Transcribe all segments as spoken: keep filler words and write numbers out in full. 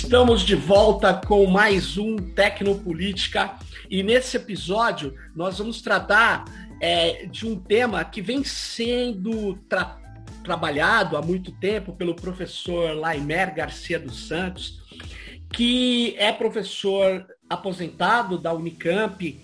Estamos de volta com mais um Tecnopolítica e nesse episódio nós vamos tratar é, de um tema que vem sendo tra- trabalhado há muito tempo pelo professor Laimer Garcia dos Santos, que é professor aposentado da Unicamp,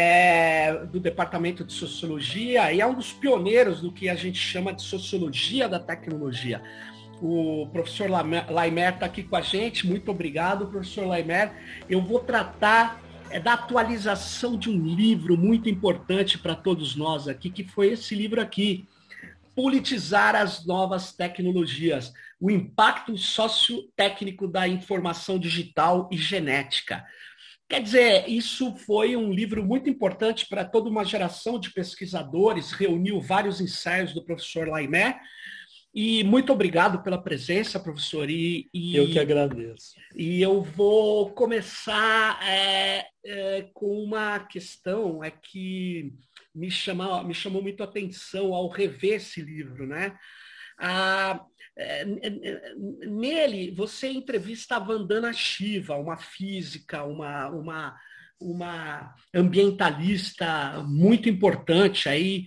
é, do Departamento de Sociologia, e é um dos pioneiros do que a gente chama de Sociologia da Tecnologia. O professor Laimer está aqui com a gente. Muito obrigado, professor Laimer. Eu vou tratar é, da atualização de um livro muito importante para todos nós aqui, que foi esse livro aqui, Politizar as Novas Tecnologias, o impacto sociotécnico da informação digital e genética. Quer dizer, isso foi um livro muito importante para toda uma geração de pesquisadores, reuniu vários ensaios do professor Laimer. E muito obrigado pela presença, professor. E, e, eu que agradeço. E eu vou começar é, é, com uma questão é que me, chama, me chamou muito a atenção ao rever esse livro, né? Ah, é, nele, você entrevista a Vandana Shiva, uma física, uma, uma, uma ambientalista muito importante aí,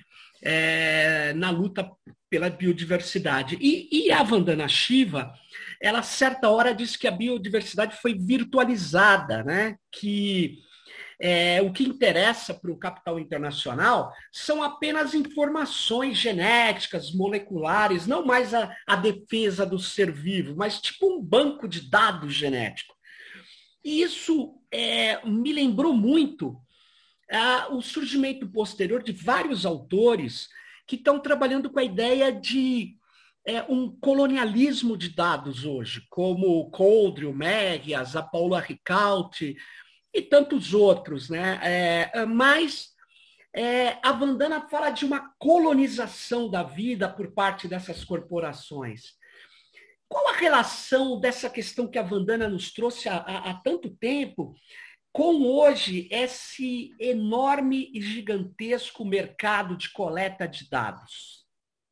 é, na luta pela biodiversidade. E, e a Vandana Shiva, ela, a certa hora, disse que a biodiversidade foi virtualizada, né? Que é, o que interessa para o capital internacional são apenas informações genéticas, moleculares, não mais a, a defesa do ser vivo, mas tipo um banco de dados genético. E isso é, me lembrou muito ah, o surgimento posterior de vários autores que estão trabalhando com a ideia de é, um colonialismo de dados hoje, como o Coldre, o Méguias, a Paula Ricaurte e tantos outros, né? É, mas é, a Vandana fala de uma colonização da vida por parte dessas corporações. Qual a relação dessa questão que a Vandana nos trouxe há, há, há tanto tempo com hoje esse enorme e gigantesco mercado de coleta de dados?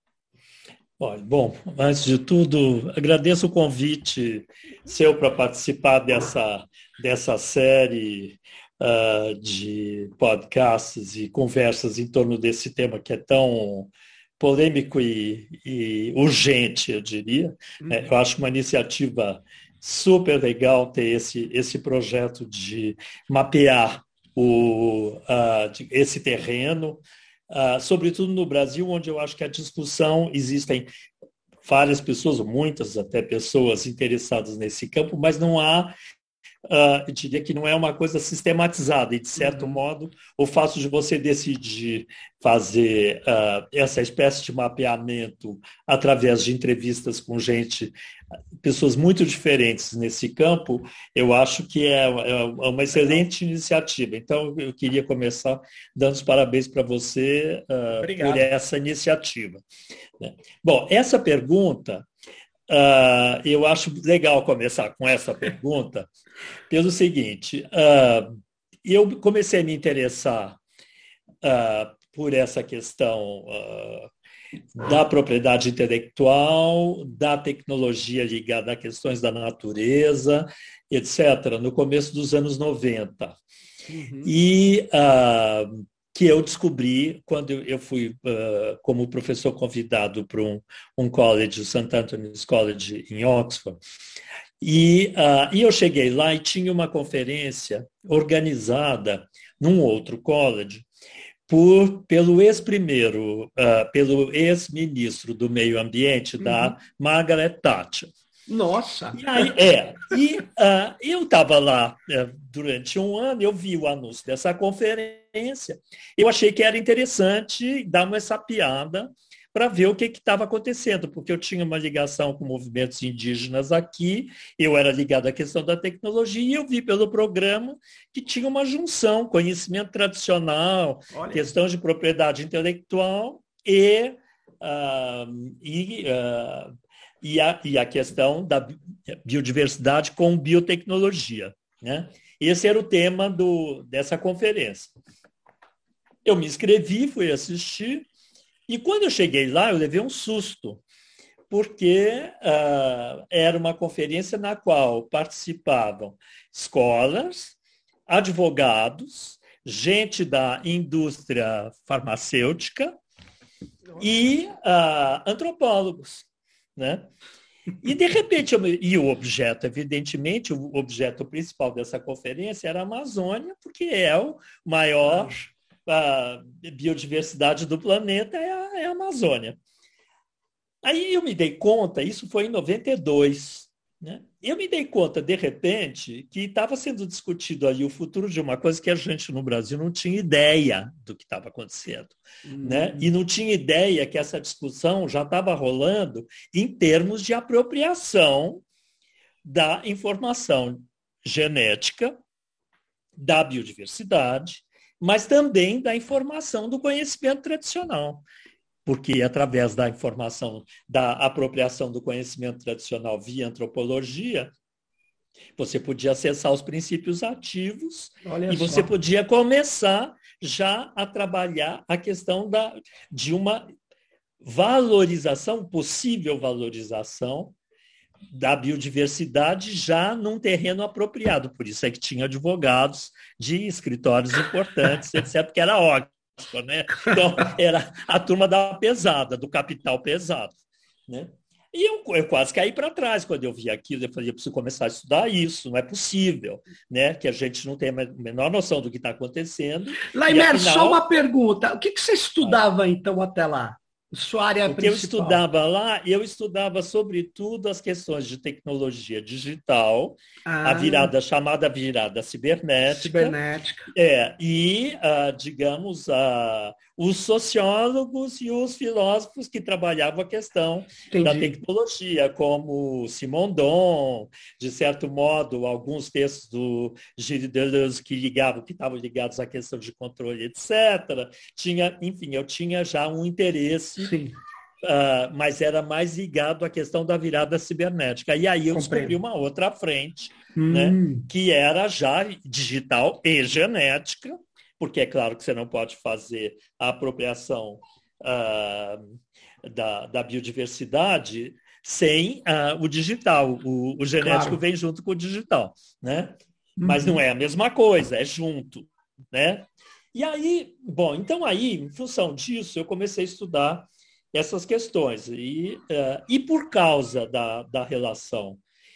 Olha, bom, antes de tudo, agradeço o convite seu para participar dessa, dessa série uh, de podcasts e conversas em torno desse tema que é tão polêmico e, e urgente, eu diria. Uhum. É, eu acho uma iniciativa super legal ter esse, esse projeto de mapear o, uh, de, esse terreno, uh, sobretudo no Brasil, onde eu acho que a discussão, existem várias pessoas, muitas até pessoas interessadas nesse campo, mas não há, uh, eu diria que não é uma coisa sistematizada, e de certo uhum. modo, o fato de você decidir fazer uh, essa espécie de mapeamento através de entrevistas com gente, pessoas muito diferentes nesse campo, eu acho que é uma excelente iniciativa. Então, eu queria começar dando os parabéns para você uh, por essa iniciativa. Bom, essa pergunta, uh, eu acho legal começar com essa pergunta, pelo seguinte, uh, eu comecei a me interessar uh, por essa questão uh, da propriedade intelectual, da tecnologia ligada a questões da natureza, etcétera, no começo dos anos noventa. Uhum. E uh, que eu descobri quando eu fui uh, como professor convidado para um, um college, o Saint Anthony's College, em Oxford. E, uh, e eu cheguei lá e tinha uma conferência organizada num outro college, Por, pelo ex-primeiro, uh, pelo ex-ministro do Meio Ambiente, uhum. da Margaret Thatcher. Nossa! E aí, é, e uh, eu estava lá uh, durante um ano, eu vi o anúncio dessa conferência, eu achei que era interessante dar uma sapiada para ver o que estava acontecendo, porque eu tinha uma ligação com movimentos indígenas aqui, eu era ligado à questão da tecnologia, e eu vi pelo programa que tinha uma junção, conhecimento tradicional, Olha. questão de propriedade intelectual e, uh, e, uh, e, a, e a questão da biodiversidade com biotecnologia, né? Esse era o tema do, dessa conferência. Eu me inscrevi, fui assistir, e quando eu cheguei lá, eu levei um susto, porque uh, era uma conferência na qual participavam escolas, advogados, gente da indústria farmacêutica e uh, antropólogos, né? E, de repente, eu, e o objeto, evidentemente, o objeto principal dessa conferência era a Amazônia, porque é o maior uh, biodiversidade do planeta, é a, é a Amazônia. Aí eu me dei conta, isso foi em noventa e dois, né? Eu me dei conta, de repente, que estava sendo discutido ali o futuro de uma coisa que a gente no Brasil não tinha ideia do que estava acontecendo. Uhum. Né? E não tinha ideia que essa discussão já estava rolando em termos de apropriação da informação genética, da biodiversidade, mas também da informação do conhecimento tradicional. Porque através da informação, da apropriação do conhecimento tradicional via antropologia, você podia acessar os princípios ativos. Olha e só. Você podia começar já a trabalhar a questão da, de uma valorização, possível valorização da biodiversidade já num terreno apropriado. Por isso é que tinha advogados de escritórios importantes, etcétera, porque era ótimo. Né? Então, era a turma da pesada, do capital pesado. Né? E eu, eu quase caí para trás quando eu vi aquilo. Eu falei, eu preciso começar a estudar isso, não é possível, né? Que a gente não tem a menor noção do que está acontecendo. Laimer, afinal... só uma pergunta. O que, que você estudava, ah. então, até lá? Sua área o principal. que eu estudava lá, eu estudava sobretudo as questões de tecnologia digital, ah. a virada chamada virada cibernética, cibernética. É, e, uh, digamos, uh, os sociólogos e os filósofos que trabalhavam a questão Entendi. Da tecnologia, como Simondon, de certo modo, alguns textos do Gilles Deleuze que ligavam, que estavam ligados à questão de controle, etcétera. Tinha, enfim, eu tinha já um interesse. Sim. Uh, mas era mais ligado à questão da virada cibernética. E aí eu Compreendo. Descobri uma outra frente, hum. né, que era já digital e genética, porque é claro que você não pode fazer a apropriação uh, da, da biodiversidade sem uh, o digital. O, o genético claro. Vem junto com o digital, né? Uhum. Mas não é a mesma coisa, é junto, né? E aí, bom, então aí, em função disso, eu comecei a estudar essas questões. E, uh, e por causa da, da relação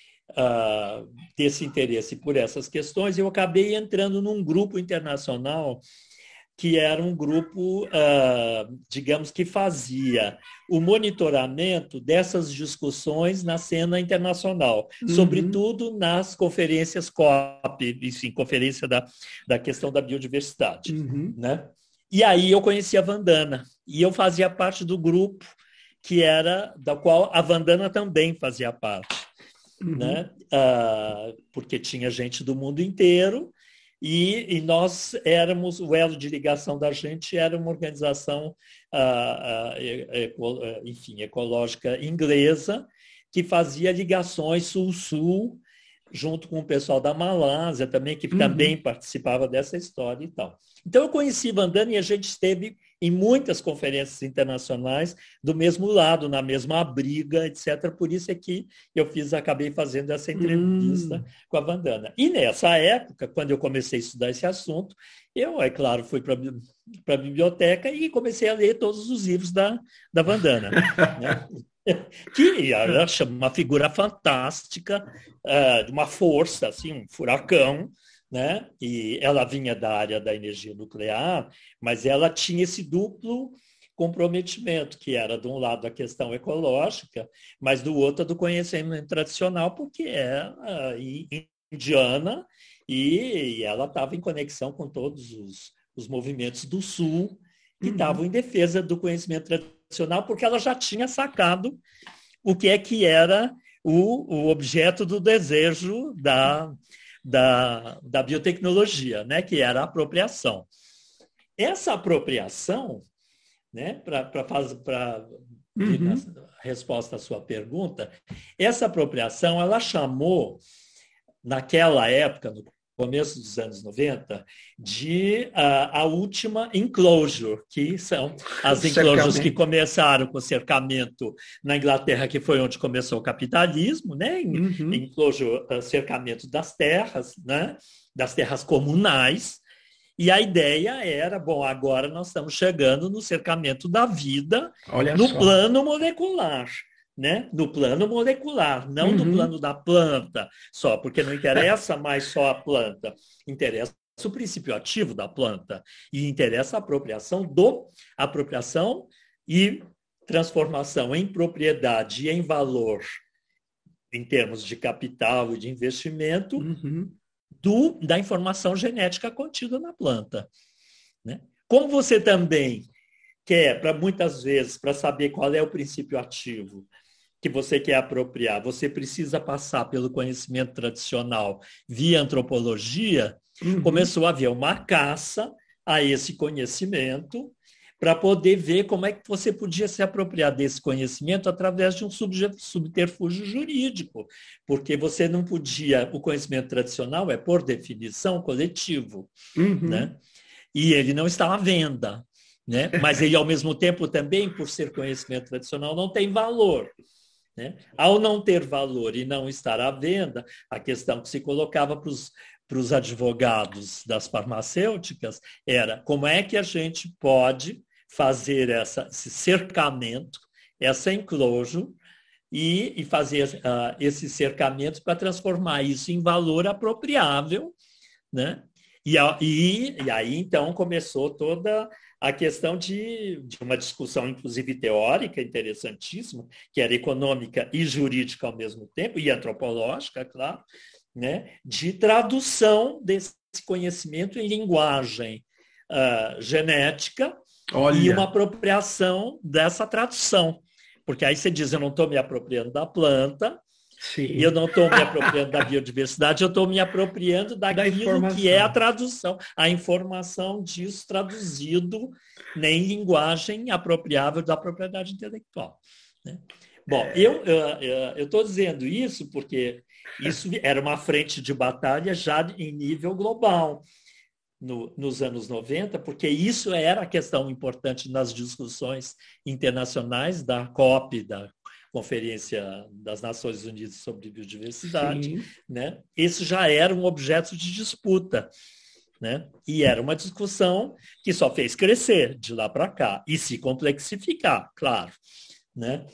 uh, desse interesse por essas questões, eu acabei entrando num grupo internacional que era um grupo, uh, digamos, que fazia o monitoramento dessas discussões na cena internacional, uhum. sobretudo nas conferências COP, enfim, conferência da, da questão da biodiversidade, uhum. né? E aí eu conheci a Vandana, e eu fazia parte do grupo que era, da qual a Vandana também fazia parte, uhum. né? Uh, porque tinha gente do mundo inteiro, e, e nós éramos, o elo de ligação da gente era uma organização, uh, uh, eco, uh, enfim, ecológica inglesa, que fazia ligações sul-sul, junto com o pessoal da Malásia também, que uhum. também participava dessa história e tal. Então, eu conheci Vandana e a gente esteve em muitas conferências internacionais do mesmo lado, na mesma briga, etcétera. Por isso é que eu fiz, acabei fazendo essa entrevista uhum. com a Vandana. E nessa época, quando eu comecei a estudar esse assunto, eu, é claro, fui para a biblioteca e comecei a ler todos os livros da, da Vandana. né? Que era uma figura fantástica, de uma força, assim, um furacão, né? E ela vinha da área da energia nuclear, mas ela tinha esse duplo comprometimento, que era, de um lado, a questão ecológica, mas do outro, do conhecimento tradicional, porque é uh, indiana e, e ela estava em conexão com todos os, os movimentos do Sul que estavam uhum. em defesa do conhecimento tradicional, porque ela já tinha sacado o que é que era o, o objeto do desejo da, da, da biotecnologia, né? Que era a apropriação. Essa apropriação, né? Para uhum. a resposta à sua pergunta, essa apropriação ela chamou, naquela época, no começo dos anos noventa, de uh, a última enclosure, que são as enclosures que começaram com o cercamento na Inglaterra, que foi onde começou o capitalismo, né? Uhum. Enclosure, uh, cercamento das terras, né? Das terras comunais. E a ideia era, bom, agora nós estamos chegando no cercamento da vida, Olha no só. plano molecular. Né? No plano molecular, não uhum. no plano da planta só, porque não interessa mais só a planta, interessa o princípio ativo da planta e interessa a apropriação do apropriação e transformação em propriedade e em valor em termos de capital e de investimento uhum. do, da informação genética contida na planta. Né? Como você também quer, para muitas vezes, para saber qual é o princípio ativo que você quer apropriar, você precisa passar pelo conhecimento tradicional via antropologia, uhum. começou a haver uma caça a esse conhecimento para poder ver como é que você podia se apropriar desse conhecimento através de um subterfúgio jurídico, porque você não podia, o conhecimento tradicional é, por definição, coletivo, uhum. né? E ele não está à venda, né? Mas ele, ao mesmo tempo, também, por ser conhecimento tradicional, não tem valor. Né? Ao não ter valor e não estar à venda, a questão que se colocava para os advogados das farmacêuticas era como é que a gente pode fazer essa, esse cercamento, essa enclosure, e, e fazer uh, esse cercamento para transformar isso em valor apropriável, né? E, e, e aí, então, começou toda a questão de, de uma discussão, inclusive teórica, interessantíssima, que era econômica e jurídica ao mesmo tempo, e antropológica, claro, né? De tradução desse conhecimento em linguagem uh, genética Olha. E uma apropriação dessa tradução. Porque aí você diz, eu não estou me apropriando da planta, Sim. eu não estou me apropriando da biodiversidade, eu estou me apropriando daquilo da que é a tradução, a informação disso traduzido em linguagem apropriável da propriedade intelectual. Né? Bom, é... eu estou dizendo isso porque isso era uma frente de batalha já em nível global no, nos anos noventa, porque isso era a questão importante nas discussões internacionais da COP, da Conferência das Nações Unidas sobre Biodiversidade, né? Esse já era um objeto de disputa, né? E era uma discussão que só fez crescer de lá para cá e se complexificar, claro, né?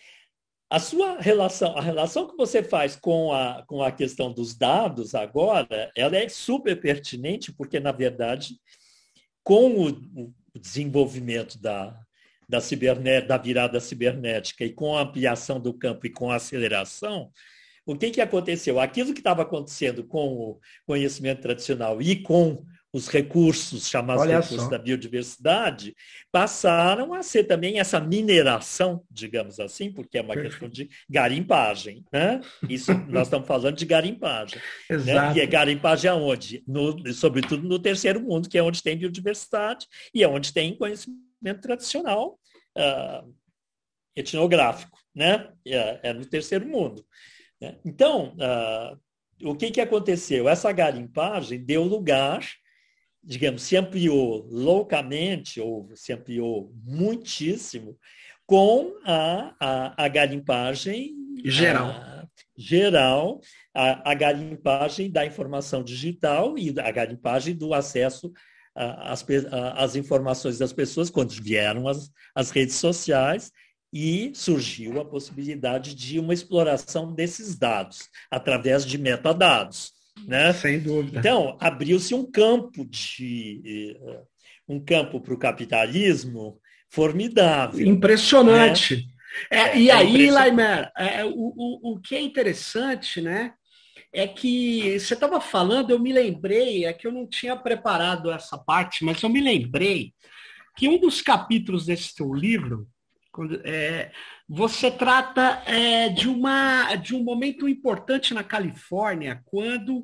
A sua relação, a relação que você faz com a, com a questão dos dados agora, ela é super pertinente, porque, na verdade, com o, o desenvolvimento da Da, ciberné- da virada cibernética e com a ampliação do campo e com a aceleração, o que, que aconteceu? Aquilo que estava acontecendo com o conhecimento tradicional e com os recursos, chamados Olha recursos só. da biodiversidade, passaram a ser também essa mineração, digamos assim, porque é uma Perfeito. questão de garimpagem. Né? Isso nós estamos falando de garimpagem. Né? E é garimpagem aonde? No, sobretudo no terceiro mundo, que é onde tem biodiversidade e é onde tem conhecimento tradicional uh, etnográfico, né? É, é no terceiro mundo. Né? Então, uh, o que, que aconteceu? Essa garimpagem deu lugar, digamos, se ampliou loucamente, ou se ampliou muitíssimo, com a, a, a garimpagem geral, a, geral a, a garimpagem da informação digital e a garimpagem do acesso As, as informações das pessoas quando vieram as, as redes sociais e surgiu a possibilidade de uma exploração desses dados através de metadados. Né? Sem dúvida. Então, abriu-se um campo de um campo para o capitalismo formidável. Impressionante. Né? É, e é aí, Laimer, é, o, o, o que é interessante, né? É que você estava falando, eu me lembrei, é que eu não tinha preparado essa parte, mas eu me lembrei que um dos capítulos desse seu livro, quando, é, você trata é, de, uma, de um momento importante na Califórnia, quando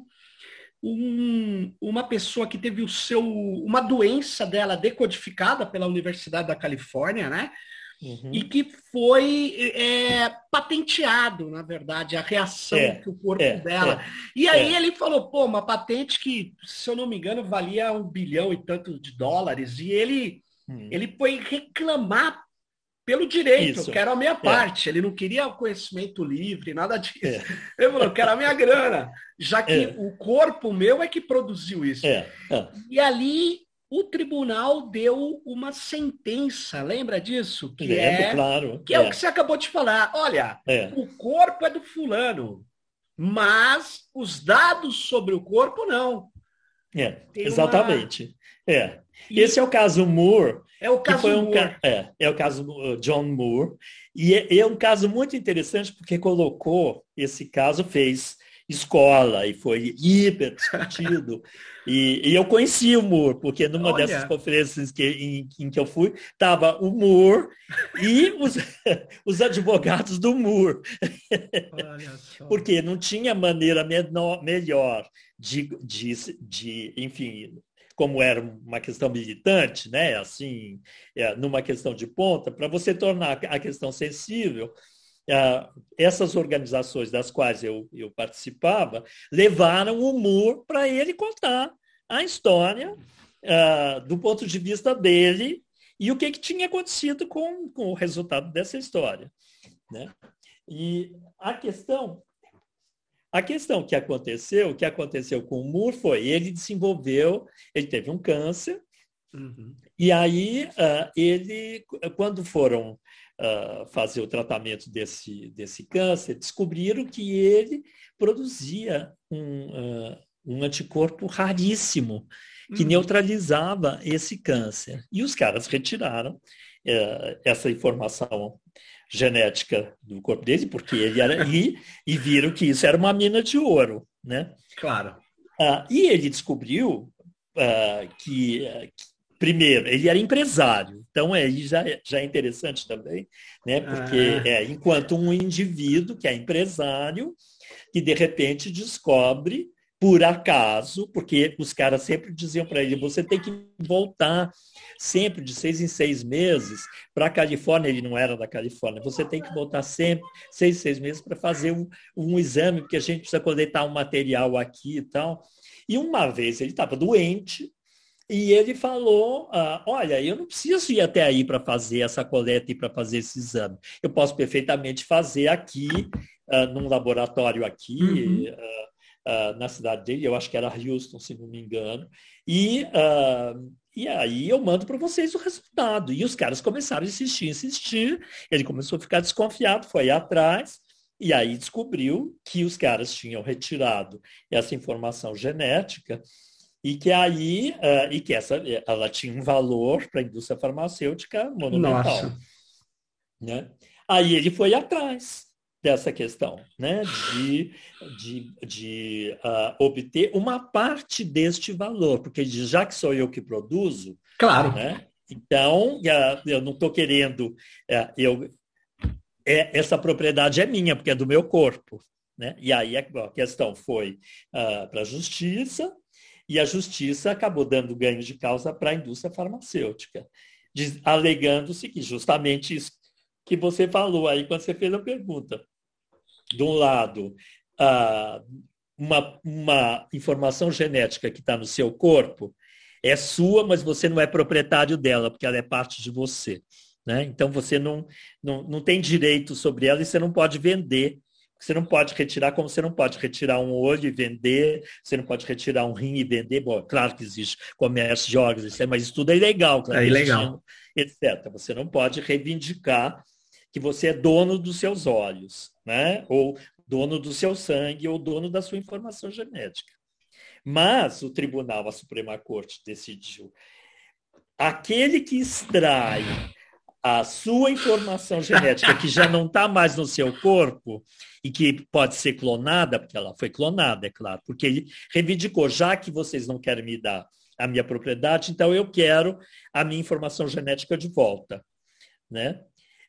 um, uma pessoa que teve o seu, uma doença dela decodificada pela Universidade da Califórnia, né? Uhum. e que foi é, patenteado, na verdade, a reação É, que o corpo é, dela. é, E aí é. ele falou, pô, uma patente que, se eu não me engano, valia um bilhão e tanto de dólares, e ele, Hum. ele foi reclamar pelo direito, eu Isso. quero a minha É, parte. Ele não queria o conhecimento livre, nada disso. é, Ele falou, eu quero a minha grana, já que é, o corpo meu é que produziu isso. é. é. E ali o tribunal deu uma sentença, lembra disso? Que Lembro, é claro. que é o que É, você acabou de falar. Olha, é, o corpo é do fulano, mas os dados sobre o corpo não. é. Tem uma Exatamente. É. Esse é e o caso Moore, é o que caso foi um Moore. ca- é, é o caso uh, John Moore, e é, é um caso muito interessante porque colocou esse caso, fez escola e foi hiper discutido. E, e eu conheci o Moore, porque numa dessas Olha, conferências que, em, em que eu fui, estava o Moore e os, os advogados do Moore, olha só. porque não tinha maneira menor, melhor de, de, de, enfim, como era uma questão militante, né? Assim, é, numa questão de ponta, para você tornar a questão sensível, é, essas organizações das quais eu, eu participava levaram o Moore para ele contar a história é, do ponto de vista dele e o que, que tinha acontecido com, com o resultado dessa história, né? E a questão a questão que aconteceu, o que aconteceu com o Moore foi, ele desenvolveu, ele teve um câncer, Uhum. e aí uh, ele, quando foram uh, fazer o tratamento desse, desse câncer, descobriram que ele produzia um, uh, um anticorpo raríssimo, que Uhum. neutralizava esse câncer. E os caras retiraram uh, essa informação genética do corpo dele, porque ele era e, e viram que isso era uma mina de ouro, né? Claro. Ah, e ele descobriu ah, que, que, primeiro, ele era empresário, então aí já, já é interessante também, né? Porque Ah, é, enquanto um indivíduo que é empresário, que de repente descobre por acaso, porque os caras sempre diziam para ele, você tem que voltar sempre de seis em seis meses para a Califórnia, ele não era da Califórnia, você tem que voltar sempre, seis em seis meses para fazer um, um exame, porque a gente precisa coletar um material aqui e tal. E uma vez ele estava doente, e ele falou, ah, olha, eu não preciso ir até aí para fazer essa coleta e para fazer esse exame. Eu posso perfeitamente fazer aqui, ah, num laboratório aqui, uhum. ah, Uh, na cidade dele, eu acho que era Houston, se não me engano, e, uh, e aí eu mando para vocês o resultado. E os caras começaram a insistir, insistir, ele começou a ficar desconfiado, foi atrás, e aí descobriu que os caras tinham retirado essa informação genética e que aí, uh, e que essa, ela tinha um valor para a indústria farmacêutica monumental, Nossa. né? Aí ele foi atrás dessa questão, né, de, de, de uh, obter uma parte deste valor, porque ele diz, já que sou eu que produzo, Claro. né, então uh, eu não estou querendo, uh, eu, é, essa propriedade é minha, porque é do meu corpo, né, e aí a questão foi uh, para a justiça, e a justiça acabou dando ganho de causa para a indústria farmacêutica, diz, alegando-se que justamente isso que você falou aí quando você fez a pergunta. De um lado, uma, uma informação genética que está no seu corpo é sua, mas você não é proprietário dela, porque ela é parte de você, né? Então, você não, não, não tem direito sobre ela e você não pode vender. Você não pode retirar, como você não pode retirar um olho e vender, você não pode retirar um rim e vender. Bom, claro que existe comércio de órgãos, mas isso tudo é ilegal, clandestino, é etcétera. Você não pode reivindicar que você é dono dos seus olhos, né? Ou dono do seu sangue, ou dono da sua informação genética. Mas o tribunal, a Suprema Corte, decidiu aquele que extrai a sua informação genética, que já não está mais no seu corpo, e que pode ser clonada, porque ela foi clonada, é claro, porque ele reivindicou, já que vocês não querem me dar a minha propriedade, então eu quero a minha informação genética de volta, né?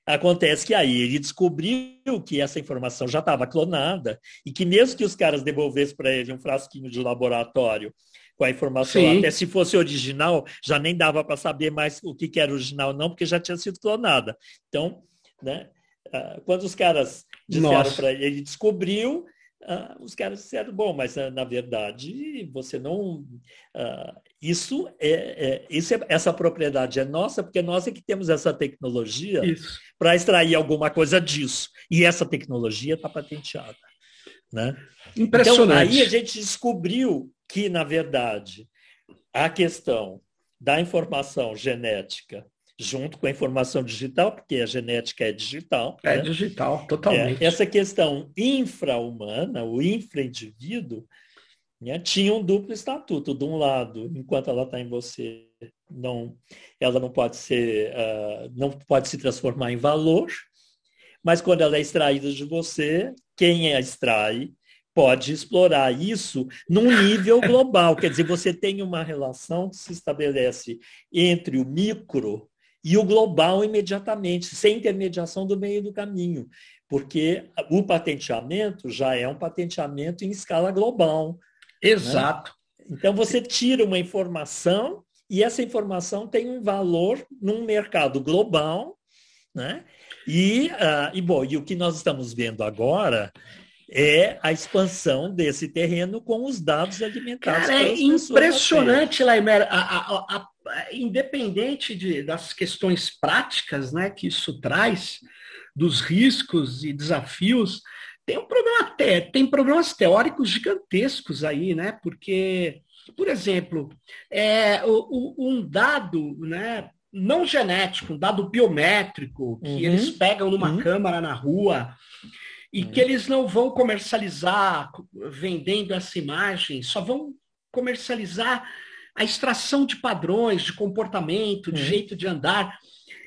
Acontece que aí ele descobriu que essa informação já estava clonada e que mesmo que os caras devolvessem para ele um frasquinho de laboratório com a informação, Sim. até se fosse original, já nem dava para saber mais o que, que era original não, porque já tinha sido clonada. Então, né, quando os caras disseram para ele, ele descobriu, Uh, os caras disseram, bom, mas uh, na verdade você não... Uh, isso é, é, isso é, essa propriedade é nossa, porque nós é que temos essa tecnologia para extrair alguma coisa disso. E essa tecnologia está patenteada. Né? Impressionante. Então, aí a gente descobriu que, na verdade, a questão da informação genética junto com a informação digital, porque a genética é digital. É né? digital, totalmente. É, essa questão infra-humana, o infra-indivíduo, né, tinha um duplo estatuto. De um lado, enquanto ela está em você, não, ela não pode ser, uh, não pode se transformar em valor, mas quando ela é extraída de você, quem a extrai pode explorar isso num nível global. Quer dizer, você tem uma relação que se estabelece entre o micro e o global imediatamente, sem intermediação do meio do caminho, porque o patenteamento já é um patenteamento em escala global. Exato. Né? Então, você tira uma informação e essa informação tem um valor num mercado global. Né? E, uh, e, bom, e o que nós estamos vendo agora é a expansão desse terreno com os dados alimentados. Cara, é impressionante, Laimer. A, a, a, a, independente de, das questões práticas, né, que isso traz, dos riscos e desafios, tem um problema até, tem problemas teóricos gigantescos aí, né? Porque, por exemplo, é, o, o, um dado, né, não genético, um dado biométrico que uhum. eles pegam numa uhum. câmara na rua e uhum. que eles não vão comercializar vendendo essa imagem, só vão comercializar a extração de padrões, de comportamento, de uhum. jeito de andar.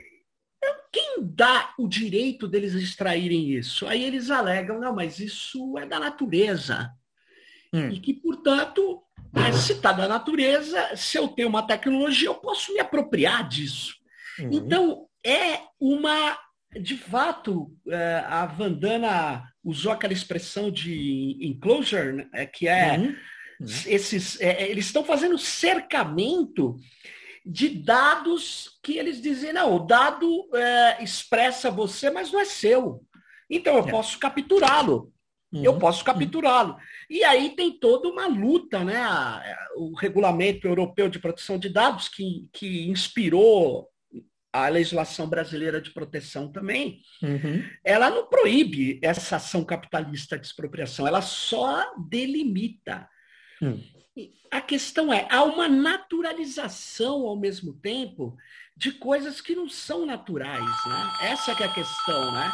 Quem dá o direito deles extraírem isso? Aí eles alegam, não, mas isso é da natureza. Uhum. E que, portanto, se está da natureza, se eu tenho uma tecnologia, eu posso me apropriar disso. Uhum. Então, é uma... De fato, a Vandana usou aquela expressão de enclosure, que é... Uhum. Esses, é, eles estão fazendo cercamento de dados que eles dizem, não, o dado é, expressa você, mas não é seu. Então, eu é. posso capturá-lo. Uhum. Eu posso capturá-lo. E aí tem toda uma luta, né? O Regulamento Europeu de Proteção de Dados, que, que inspirou a legislação brasileira de proteção também, uhum. ela não proíbe essa ação capitalista de expropriação, ela só delimita. Hum. A questão é, há uma naturalização ao mesmo tempo de coisas que não são naturais, né? Essa que é a questão, né?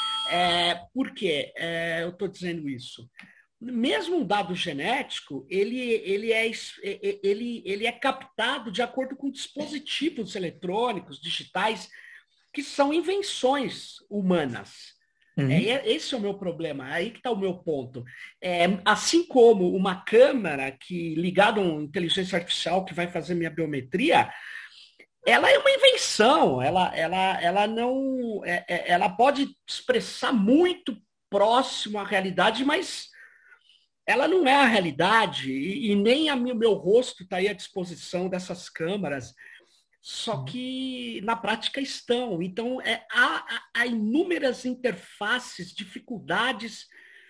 É, por quê? É, eu estou dizendo isso. Mesmo um dado genético, ele, ele, é, ele, ele é captado de acordo com dispositivos eletrônicos, digitais, que são invenções humanas. Uhum. É, esse é o meu problema, aí que está o meu ponto. É, assim como uma câmera que ligada a uma inteligência artificial que vai fazer minha biometria, ela é uma invenção, ela, ela, ela não, é, ela pode expressar muito próximo à realidade, mas ela não é a realidade e, e nem o meu rosto está aí à disposição dessas câmeras. Só que na prática estão. Então, é, há, há inúmeras interfaces, dificuldades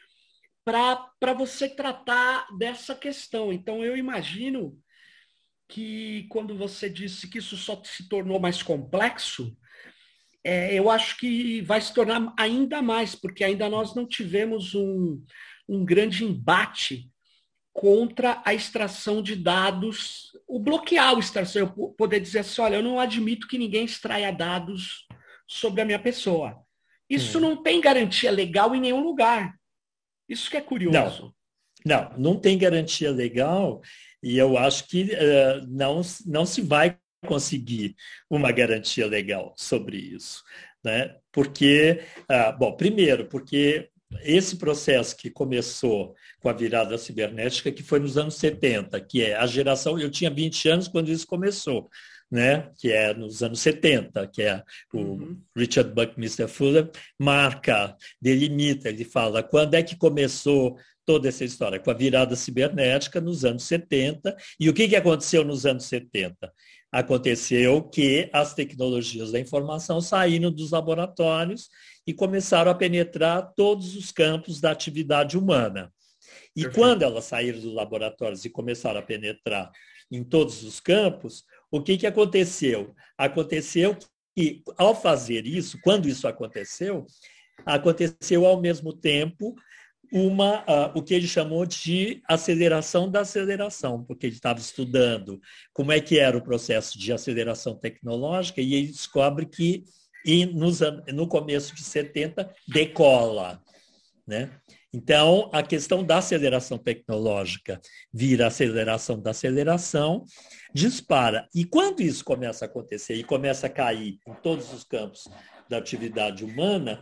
para você tratar dessa questão. Então, eu imagino que quando você disse que isso só se tornou mais complexo, é, eu acho que vai se tornar ainda mais, porque ainda nós não tivemos um, um grande embate contra a extração de dados, o bloquear a extração, eu poder dizer assim, olha, eu não admito que ninguém extraia dados sobre a minha pessoa. Isso hum. não tem garantia legal em nenhum lugar. Isso que é curioso. Não, não, não tem garantia legal e eu acho que uh, não, não se vai conseguir uma garantia legal sobre isso. Né? Porque, uh, bom, primeiro, porque esse processo que começou com a virada cibernética, que foi nos anos setenta, que é a geração... Eu tinha vinte anos quando isso começou. né, que é nos anos setenta, que é o Uhum. Richard Buckminster Fuller, marca, delimita, ele fala quando é que começou toda essa história, com a virada cibernética nos anos setenta. E o que, que aconteceu nos anos setenta? Aconteceu que as tecnologias da informação saíram dos laboratórios e começaram a penetrar todos os campos da atividade humana. E Perfeito. quando elas saíram dos laboratórios e começaram a penetrar em todos os campos, o que, que aconteceu? Aconteceu que, ao fazer isso, quando isso aconteceu, aconteceu ao mesmo tempo uma, uh, o que ele chamou de aceleração da aceleração, porque ele estava estudando como é que era o processo de aceleração tecnológica e ele descobre que e nos, no começo de setenta decola, né? Então, a questão da aceleração tecnológica vira aceleração da aceleração, dispara. E quando isso começa a acontecer e começa a cair em todos os campos da atividade humana,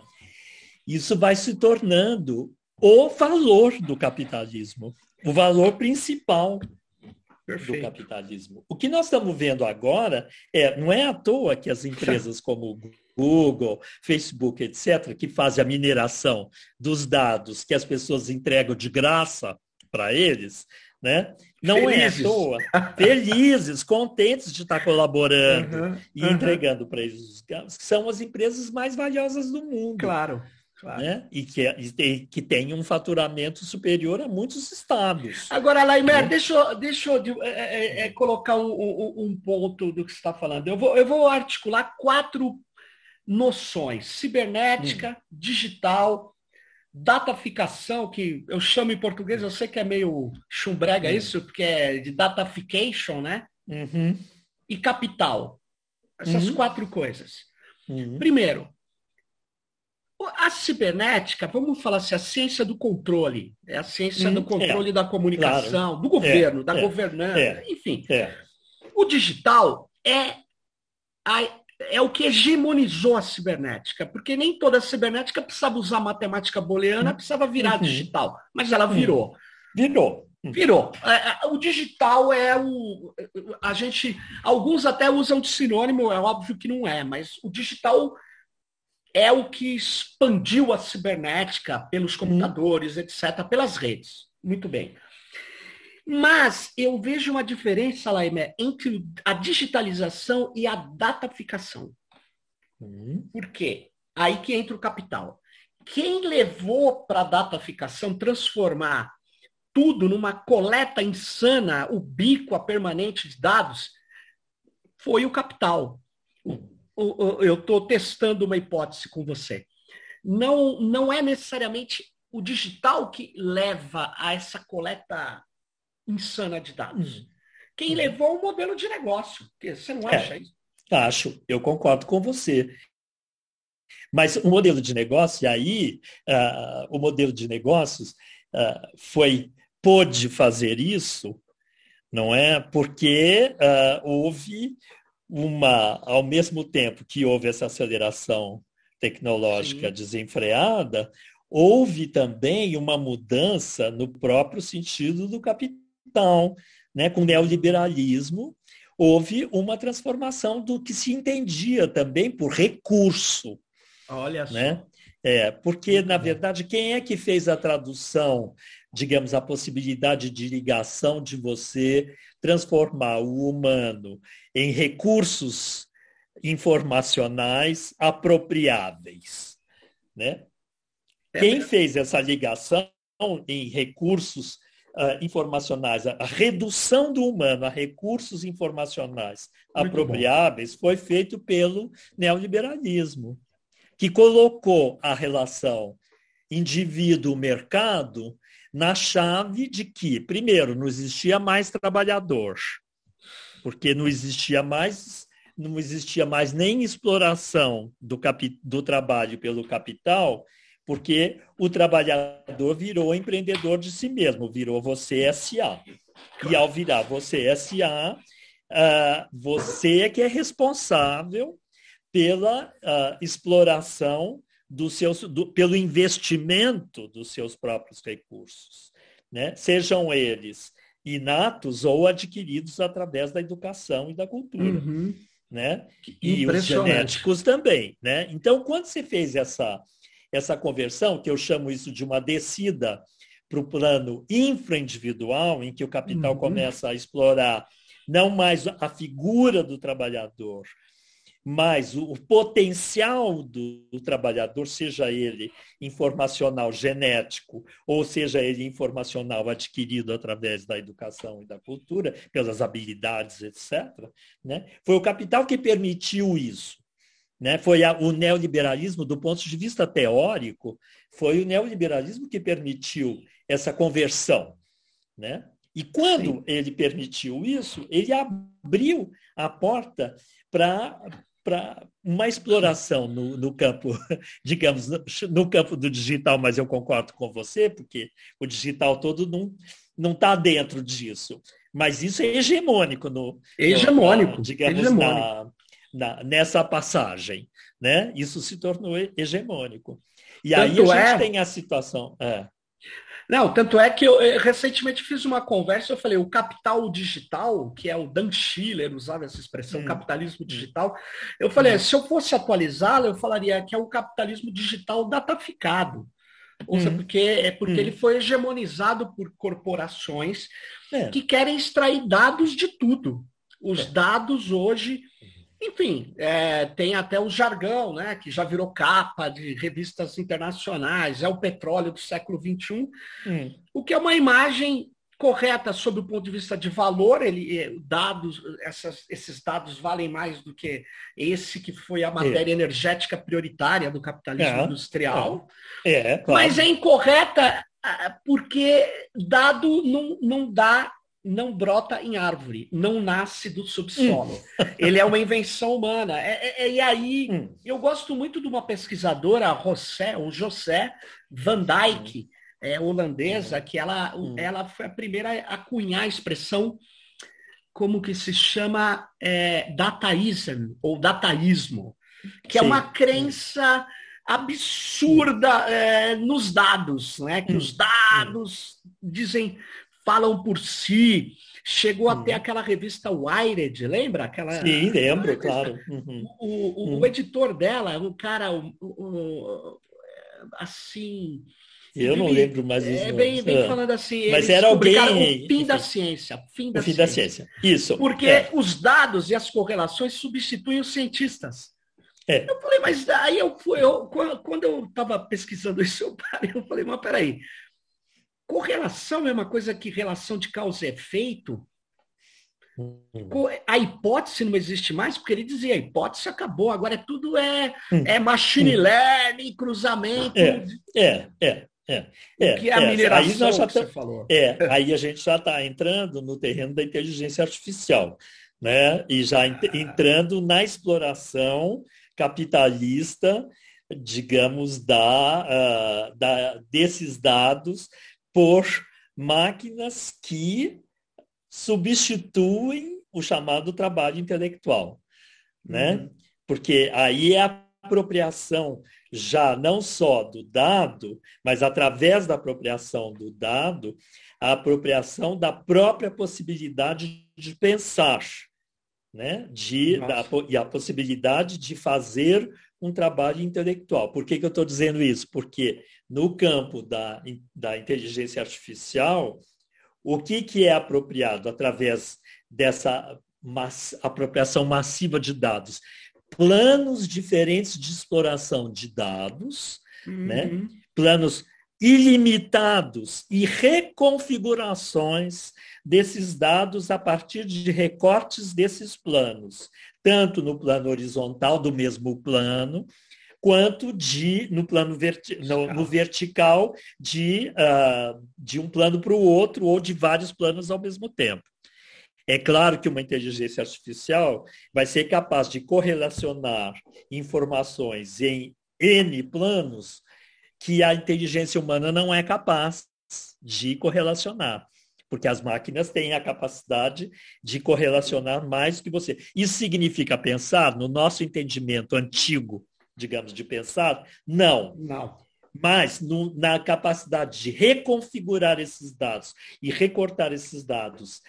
isso vai se tornando o valor do capitalismo, o valor principal Perfeito. do capitalismo. O que nós estamos vendo agora é, não é à toa que as empresas como Google, Facebook, etcétera, que fazem a mineração dos dados que as pessoas entregam de graça para eles, né? Não Felizes. é à toa, felizes, contentes de estar colaborando Uhum, e uhum. entregando para eles os dados, que são as empresas mais valiosas do mundo. Claro. Claro. Né? E, que, e que tem um faturamento superior a muitos estados. Agora, Laimer, né? deixa, eu, deixa eu é, é, colocar um, um, um ponto do que você está falando. Eu vou, eu vou articular quatro noções: cibernética, hum. digital, dataficação, que eu chamo em português, eu sei que é meio chumbrega hum. isso, porque é de datafication, né? Uhum. E capital. Essas uhum. quatro coisas. Uhum. Primeiro, a cibernética, vamos falar assim, a ciência do controle, é a ciência hum, do controle é, da comunicação, claro. do governo, é, da é, governança, é, enfim. É. O digital é, a, é o que hegemonizou a cibernética, porque nem toda a cibernética precisava usar matemática booleana, precisava virar uhum. digital, mas ela virou. Uhum. Virou. Virou. O digital é o... A gente... Alguns até usam de sinônimo, é óbvio que não é, mas o digital... é o que expandiu a cibernética pelos computadores, hum. etcétera, pelas redes. Muito bem. Mas eu vejo uma diferença, Laimé, entre a digitalização e a dataficação. Hum. Por quê? Aí que entra o capital. Quem levou para a dataficação transformar tudo numa coleta insana, ubíqua, permanente de dados, foi o capital. Eu estou testando uma hipótese com você. Não, não é necessariamente o digital que leva a essa coleta insana de dados. Uhum. Quem uhum. levou é o modelo de negócio. Você não acha é, isso? Acho, eu concordo com você. Mas o modelo de negócio, e aí uh, o modelo de negócios uh, foi, pôde fazer isso, não é? Porque uh, houve uma, ao mesmo tempo que houve essa aceleração tecnológica Sim. desenfreada, houve também uma mudança no próprio sentido do capital, né? Com o neoliberalismo, houve uma transformação do que se entendia também por recurso. Olha só. Né? É, porque, na verdade, quem é que fez a tradução, digamos, a possibilidade de ligação de você transformar o humano em recursos informacionais apropriáveis, né? É Quem mesmo. fez essa ligação em recursos uh, informacionais, a redução do humano a recursos informacionais Muito apropriáveis bom. Foi feito pelo neoliberalismo, que colocou a relação indivíduo-mercado na chave de que, primeiro, não existia mais trabalhador, porque não existia mais, não existia mais nem exploração do, capi, do trabalho pelo capital, porque o trabalhador virou empreendedor de si mesmo, virou você S A. E ao virar você S A, uh, você é que é responsável pela uh, exploração dos seus, do, pelo investimento dos seus próprios recursos, né? Sejam eles inatos ou adquiridos através da educação e da cultura. Uhum. Né? E os genéticos também. Né? Então, quando você fez essa, essa conversão, que eu chamo isso de uma descida para o plano infraindividual, em que o capital uhum. começa a explorar não mais a figura do trabalhador, mas o, o potencial do, do trabalhador, seja ele informacional genético, ou seja ele informacional adquirido através da educação e da cultura, pelas habilidades, etcétera, né? Foi o capital que permitiu isso. Né? Foi a, o neoliberalismo, do ponto de vista teórico, foi o neoliberalismo que permitiu essa conversão. Né? E quando Sim. ele permitiu isso, ele abriu a porta para para uma exploração no, no campo, digamos, no, no campo do digital, mas eu concordo com você, porque o digital todo não não está dentro disso. Mas isso é hegemônico no, hegemônico, no, na, digamos, hegemônico. Na, na, nessa passagem, né? Isso se tornou hegemônico. E Tanto aí a gente é... tem a situação. É. Não, tanto é que eu, eu recentemente fiz uma conversa, eu falei, o capital digital, que é o Dan Schiller, usava essa expressão, hum. capitalismo digital, eu falei, hum. se eu fosse atualizá-lo, eu falaria que é o capitalismo digital dataficado. Ou seja, hum. porque, é porque hum. ele foi hegemonizado por corporações é. que querem extrair dados de tudo. Os é. dados hoje... Enfim, é, tem até o jargão, né, que já virou capa de revistas internacionais, é o petróleo do século vinte e um, hum. o que é uma imagem correta sob o ponto de vista de valor. Ele, dados, essas, esses dados valem mais do que esse que foi a matéria é. energética prioritária do capitalismo é. industrial, é. É, claro. Mas é incorreta porque dado não, não dá... não brota em árvore, não nasce do subsolo. Hum. Ele é uma invenção humana. É, é, e aí, hum. eu gosto muito de uma pesquisadora, José, ou José Van Dijk, hum. é, holandesa, que ela, hum. ela foi a primeira a cunhar a expressão, como que se chama, é, dataism, ou dataísmo, que Sim. é uma crença absurda é, nos dados, né? que hum. os dados dizem... falam por si, chegou hum. até aquela revista Wired, lembra? Aquela, Sim, lembro, claro. Uhum. O, o, hum. o editor dela é um cara, um, um, assim... Eu não lembro mais isso. É, bem, bem falando assim, mas era alguém... o fim da ciência. Fim da o fim ciência. da ciência, isso. Porque é. os dados e as correlações substituem os cientistas. É. Eu falei, mas aí eu, eu quando eu estava pesquisando isso, eu parei, eu falei, mas peraí, correlação é uma coisa que relação de causa e efeito. Hum. A hipótese não existe mais, porque ele dizia, a hipótese acabou, agora é tudo é, hum. é machine hum. learning, cruzamento. É, é, é. É, é, que é a mineração aí nós já que tá, você falou. É, aí a gente já está entrando no terreno da inteligência artificial, né? E já ent- entrando na exploração capitalista, digamos, da, uh, da, desses dados por máquinas que substituem o chamado trabalho intelectual, né? Uhum. Porque aí é a apropriação já não só do dado, mas através da apropriação do dado, a apropriação da própria possibilidade de pensar, né? de, da, e a possibilidade de fazer um trabalho intelectual. Por que, que eu estou dizendo isso? Porque no campo da, da inteligência artificial, o que, que é apropriado através dessa mass, apropriação massiva de dados? Planos diferentes de exploração de dados, uhum. né? Planos ilimitados e reconfigurações desses dados a partir de recortes desses planos, tanto no plano horizontal do mesmo plano, quanto de, no plano verti- no, no vertical de, uh, de um plano para o outro ou de vários planos ao mesmo tempo. É claro que uma inteligência artificial vai ser capaz de correlacionar informações em N planos que a inteligência humana não é capaz de correlacionar, porque as máquinas têm a capacidade de correlacionar mais do que você. Isso significa pensar, no nosso entendimento antigo, digamos, de pensar? Não. Não. mas no, na capacidade de reconfigurar esses dados e recortar esses dados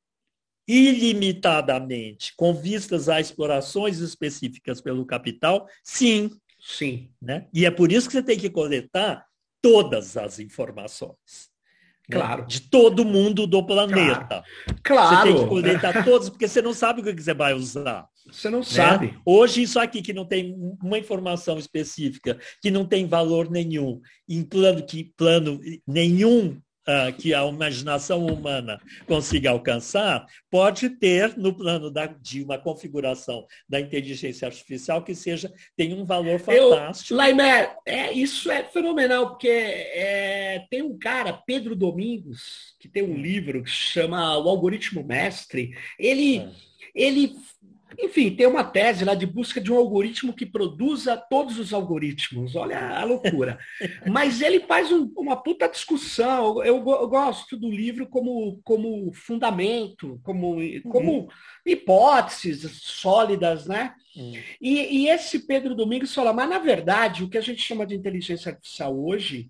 ilimitadamente, com vistas a explorações específicas pelo capital, sim. Sim. Né? E é por isso que você tem que coletar todas as informações. Claro. Né? De todo mundo do planeta. Claro. Claro. Você tem que coletar todos, porque você não sabe o que você vai usar. Você não né? sabe. Hoje, isso aqui que não tem uma informação específica, que não tem valor nenhum, em plano, que, plano nenhum uh, que a imaginação humana consiga alcançar, pode ter no plano da, de uma configuração da inteligência artificial que seja, tem um valor fantástico. Eu, Laimer, é, isso é fenomenal, porque é, tem um cara, Pedro Domingos, que tem um livro que chama O Algoritmo Mestre. Ele, é. ele Enfim, tem uma tese lá de busca de um algoritmo que produza todos os algoritmos. Olha a loucura. Mas ele faz um, uma puta discussão. Eu, eu gosto do livro como, como fundamento, como, como uhum. hipóteses sólidas, né? Uhum. E, e esse Pedro Domingos fala, mas na verdade, o que a gente chama de inteligência artificial hoje,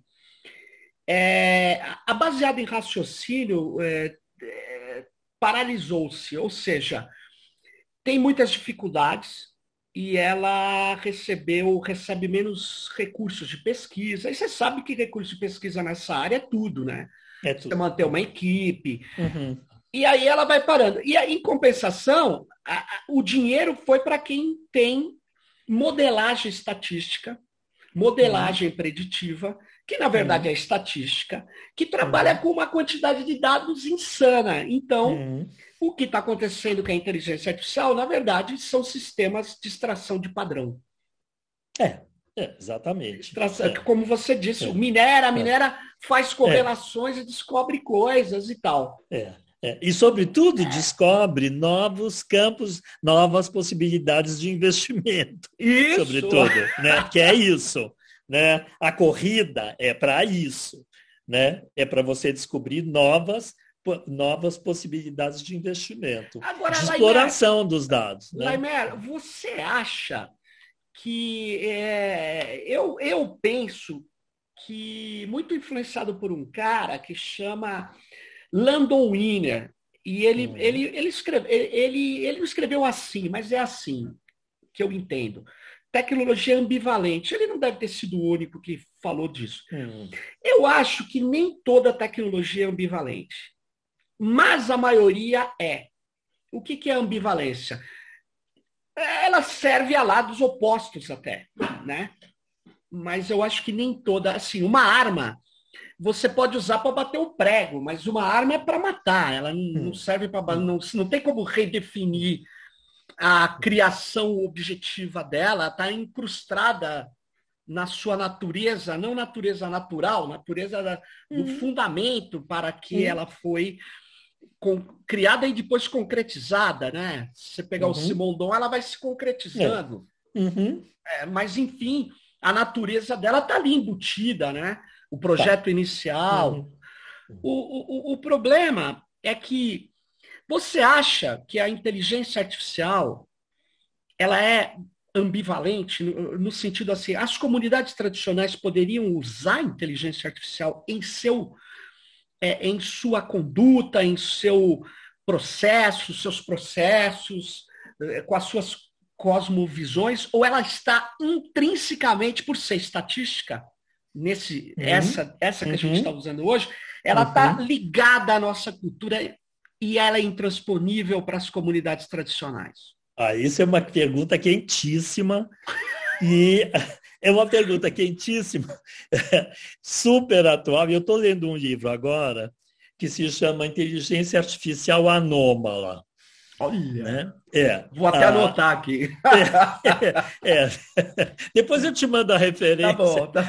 é, a baseada em raciocínio, é, é, paralisou-se, ou seja, tem muitas dificuldades e ela recebeu, recebe menos recursos de pesquisa. E você sabe que recurso de pesquisa nessa área é tudo, né? É tudo. Você manter uma equipe. Uhum. E aí ela vai parando. E aí, em compensação, a, a, o dinheiro foi para quem tem modelagem estatística, modelagem uhum. preditiva, que na verdade uhum. é estatística, que trabalha uhum. com uma quantidade de dados insana. Então, uhum. o que está acontecendo com a inteligência artificial, na verdade, são sistemas de extração de padrão. É, é exatamente. Extração, é. Como você disse, é. minera, minera é. faz correlações é. e descobre coisas e tal. É. É. E, sobretudo, descobre novos campos, novas possibilidades de investimento. Isso! Sobretudo, né? Que é isso. Né? A corrida é para isso. Né? É para você descobrir novas novas possibilidades de investimento, Agora, de exploração Laimer, dos dados. Né? Laimer, você acha que... É, eu, eu penso que, muito influenciado por um cara que chama Landon Wiener, e ele, hum. ele, ele, escreve, ele, ele não escreveu assim, mas é assim que eu entendo. Tecnologia ambivalente. Ele não deve ter sido o único que falou disso. Hum. Eu acho que nem toda tecnologia é ambivalente. Mas a maioria é. O que, que é ambivalência? Ela serve a lados opostos até, né? Mas eu acho que nem toda. Assim, uma arma você pode usar para bater o prego, mas uma arma é para matar. Ela não serve para. Não, não tem como redefinir a criação objetiva dela, está incrustada na sua natureza, não natureza natural, natureza da, do uhum. fundamento para que uhum. ela foi com, criada e depois concretizada, né? Se você pegar uhum. o Simondon, ela vai se concretizando. É. Uhum. É, mas, enfim, a natureza dela está ali embutida, né? O projeto tá. inicial. Uhum. O, o, o problema é que você acha que a inteligência artificial ela é ambivalente no, no sentido assim, as comunidades tradicionais poderiam usar a inteligência artificial em seu É, em sua conduta, em seu processo, seus processos, com as suas cosmovisões, ou ela está intrinsecamente, por ser estatística, nesse, uhum. essa, essa que uhum. a gente está usando hoje, ela está uhum. ligada à nossa cultura e ela é intransponível para as comunidades tradicionais? Ah, isso é uma pergunta quentíssima e... É uma pergunta quentíssima, super atual. Eu estou lendo um livro agora que se chama Inteligência Artificial Anômala. Olha, né? é, vou até ah, anotar aqui. É, é. Depois eu te mando a referência tá